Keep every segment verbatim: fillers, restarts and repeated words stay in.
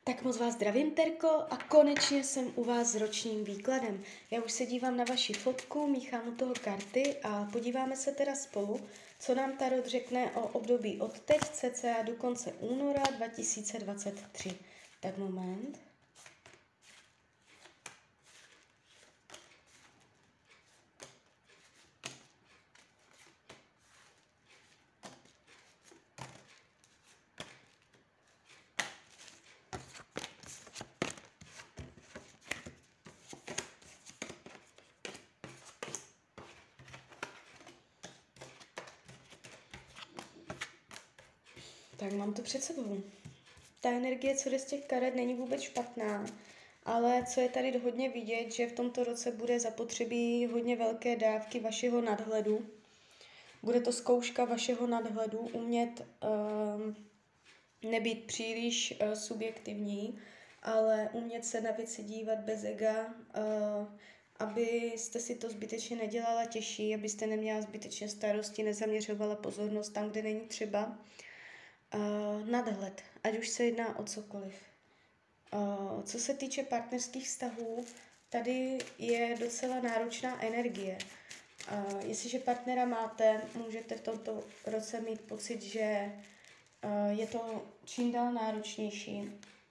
Tak moc vás zdravím, Terko, a konečně jsem u vás s ročním výkladem. Já už se dívám na vaši fotku, míchám u toho karty a podíváme se teda spolu, co nám Tarot řekne o období od teď cca do konce února dva tisíce dvacet tři. Tak moment. Tak mám to před sebou. Ta energie, co jde z těch karet, není vůbec špatná, ale co je tady hodně vidět, že v tomto roce bude zapotřebí hodně velké dávky vašeho nadhledu. Bude to zkouška vašeho nadhledu, umět um, nebýt příliš uh, subjektivní, ale umět se na věci dívat bez ega, uh, abyste si to zbytečně nedělala těžší, abyste neměla zbytečně starosti, nezaměřovala pozornost tam, kde není třeba. Uh, nadhled, ať už se jedná o cokoliv. Uh, co se týče partnerských vztahů, tady je docela náročná energie. Uh, jestliže partnera máte, můžete v tomto roce mít pocit, že uh, je to čím dál náročnější.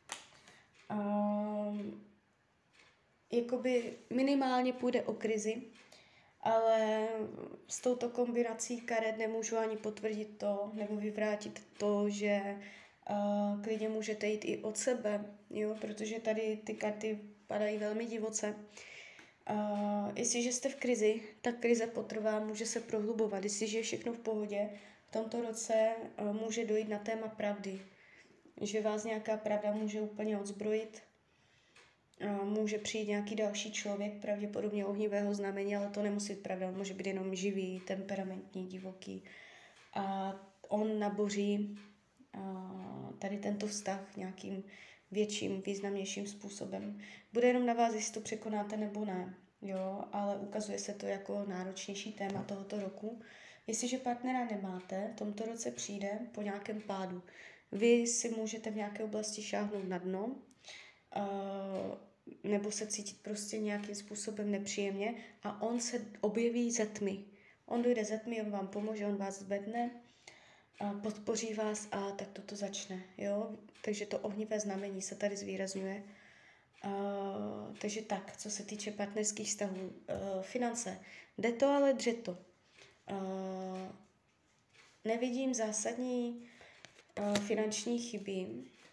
Uh, jakoby minimálně půjde o krizi, ale s touto kombinací karet nemůžu ani potvrdit to, nebo vyvrátit to, že uh, klidně můžete jít i od sebe, jo, protože tady ty karty padají velmi divoce. Uh, jestliže jste v krizi, tak krize potrvá, může se prohlubovat. Jestliže je všechno v pohodě, v tomto roce uh, může dojít na téma pravdy, že vás nějaká pravda může úplně odzbrojit. Uh, může přijít nějaký další člověk, pravděpodobně ohnivého znamení, ale to nemusí být pravda, on může být jenom živý, temperamentní, divoký. A on naboří uh, tady tento vztah nějakým větším, významnějším způsobem. Bude jenom na vás, jestli to překonáte nebo ne, jo, ale ukazuje se to jako náročnější téma tohoto roku. Jestliže partnera nemáte, v tomto roce přijde po nějakém pádu. Vy si můžete v nějaké oblasti šáhnout na dno, uh, nebo se cítit prostě nějakým způsobem nepříjemně a on se objeví ze tmy. On dojde ze tmy, on vám pomůže, on vás zvedne, podpoří vás a tak toto začne. Jo? Takže to ohnivé znamení se tady zvýrazňuje. Uh, takže tak, co se týče partnerských vztahů, uh, finance. Jde to, ale dře to. Uh, nevidím zásadní uh, finanční chyby,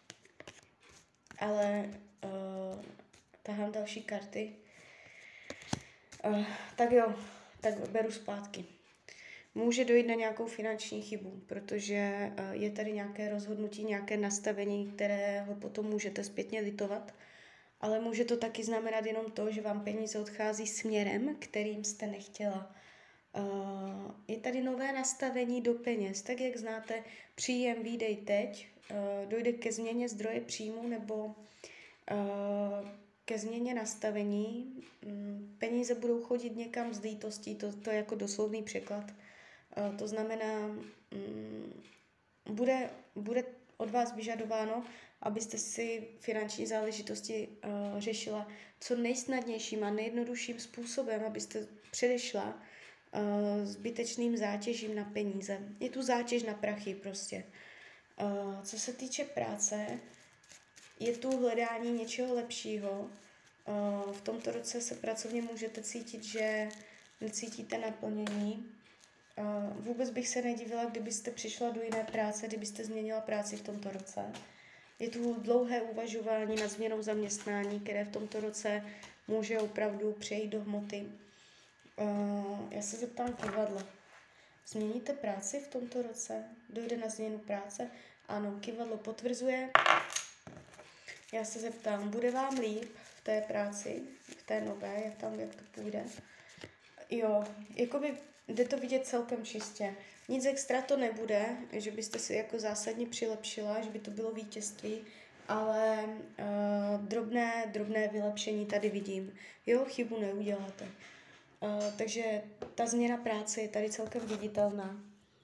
ale uh, tahám další karty. Uh, tak jo, tak beru zpátky. Může dojít na nějakou finanční chybu, protože je tady nějaké rozhodnutí, nějaké nastavení, kterého potom můžete zpětně litovat, ale může to taky znamenat jenom to, že vám peníze odchází směrem, kterým jste nechtěla. Je tady nové nastavení do peněz, tak jak znáte, příjem, výdej teď, dojde ke změně zdroje příjmu nebo ke změně nastavení. Peníze budou chodit někam z lítostí, to, to je jako doslovný překlad. To znamená, um, bude, bude od vás vyžadováno, abyste si finanční záležitosti uh, řešila co nejsnadnějším a nejjednodušším způsobem, abyste předešla uh, zbytečným zátěžím na peníze. Je tu zátěž na prachy prostě. Uh, co se týče práce, je tu hledání něčeho lepšího. Uh, v tomto roce se pracovně můžete cítit, že necítíte naplnění. Uh, vůbec bych se nedivila, kdybyste přišla do jiné práce, kdybyste změnila práci v tomto roce. Je tu dlouhé uvažování nad změnou zaměstnání, které v tomto roce může opravdu přejít do hmoty. Uh, já se zeptám kivadla. Změníte práci v tomto roce? Dojde na změnu práce? Ano, kivadlo potvrzuje. Já se zeptám, bude vám líp v té práci, v té nové, jak tam, jak to půjde? Jo, jakoby jde to vidět celkem čistě. Nic extra to nebude, že byste si jako zásadně přilepšila, že by to bylo vítězství, ale uh, drobné, drobné vylepšení tady vidím. Jo, chybu neuděláte. Uh, takže ta změna práce je tady celkem viditelná.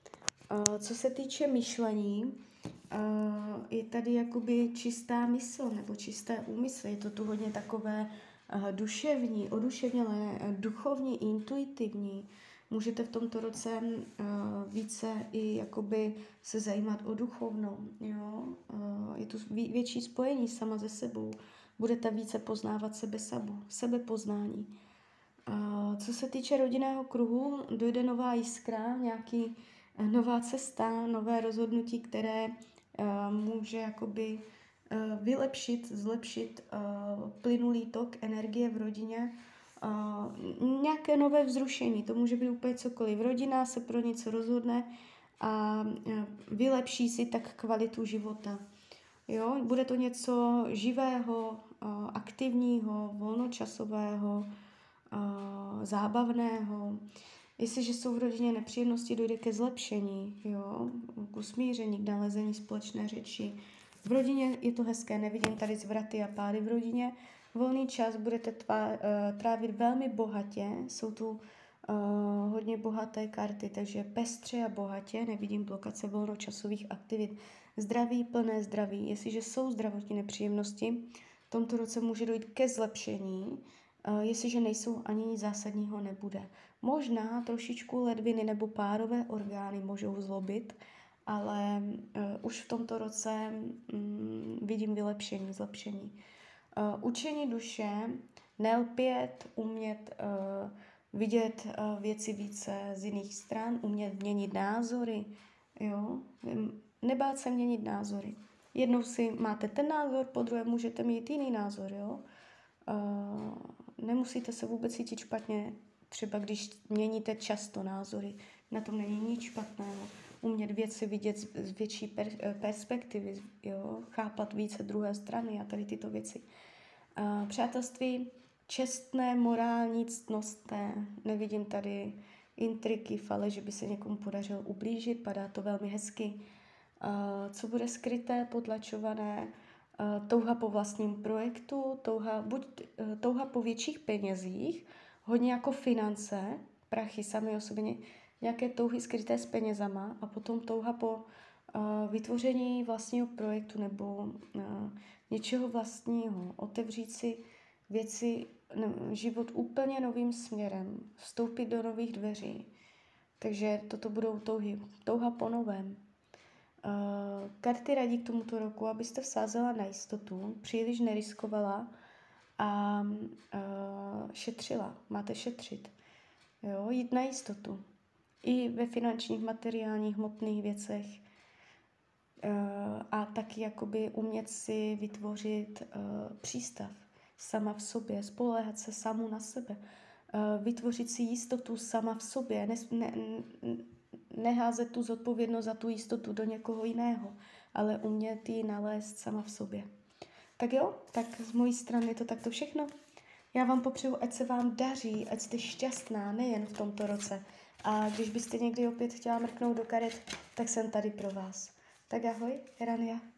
Uh, co se týče myšlení, uh, je tady jakoby čistá mysl nebo čisté úmysly. Je to tu hodně takové uh, duševní, oduševnělé, uh, duchovní, intuitivní. Můžete v tomto roce uh, více i jakoby se zajímat o duchovno. Jo? Uh, je tu vě- větší spojení sama se sebou. Budete více poznávat sebe sabu, sebepoznání. Uh, co se týče rodinného kruhu, dojde nová jiskra, nějaký nová cesta, nové rozhodnutí, které uh, může jakoby uh, vylepšit, zlepšit uh, plynulý tok energie v rodině. Uh, nějaké nové vzrušení, to může být úplně cokoliv. Rodina se pro něco rozhodne a uh, vylepší si tak kvalitu života. Jo? Bude to něco živého, uh, aktivního, volnočasového, uh, zábavného. Jestliže jsou v rodině nepříjemnosti, dojde ke zlepšení, jo? K usmíření, k nalezení společné řeči. V rodině je to hezké, nevidím tady zvraty a pády v rodině. Volný čas budete tvá, uh, trávit velmi bohatě, jsou tu uh, hodně bohaté karty, takže pestře a bohatě, nevidím blokace volnočasových aktivit. Zdraví, plné zdraví. Jestliže jsou zdravotní nepříjemnosti, v tomto roce může dojít ke zlepšení, uh, jestliže nejsou, ani nic zásadního nebude. Možná trošičku ledviny nebo párové orgány můžou zlobit, ale uh, už v tomto roce um, vidím vylepšení, zlepšení. Uh, učení duše, nelpět, umět uh, vidět uh, věci více z jiných stran, umět měnit názory, jo? Nebát se měnit názory. Jednou si máte ten názor, po druhé můžete mít jiný názor, jo? Uh, nemusíte se vůbec cítit špatně, třeba když měníte často názory, na tom není nic špatného. Umět věci vidět z, z větší per, perspektivy, jo? Chápat více druhé strany a tady tyto věci. Uh, přátelství čestné, morální, ctnostné, nevidím tady intriky, fale, že by se někomu podařilo ublížit, padá to velmi hezky. Uh, co bude skryté, potlačované, uh, touha po vlastním projektu, touha, buď uh, touha po větších penězích, hodně jako finance, prachy sami o sobě, nějaké touhy skryté s penězama a potom touha po uh, vytvoření vlastního projektu nebo uh, něčeho vlastního, otevřít si věci, ne, život úplně novým směrem, vstoupit do nových dveří. Takže toto budou touhy, touha po novém. Uh, karty radí k tomuto roku, abyste vsázela na jistotu, příliš neriskovala a uh, šetřila. Máte šetřit. Jo? Jít na jistotu. I ve finančních, materiálních, hmotných věcech. Uh, a taky jakoby umět si vytvořit uh, přístav sama v sobě, spoléhat se samu na sebe. Uh, vytvořit si jistotu sama v sobě, ne, ne, neházet tu zodpovědnost za tu jistotu do někoho jiného, ale umět ji nalézt sama v sobě. Tak jo, tak z mojí strany je to takto všechno. Já vám popřeju, ať se vám daří, ať jste šťastná, nejen v tomto roce. A když byste někdy opět chtěla mrknout do karet, tak jsem tady pro vás. Tak ahoj, Rania.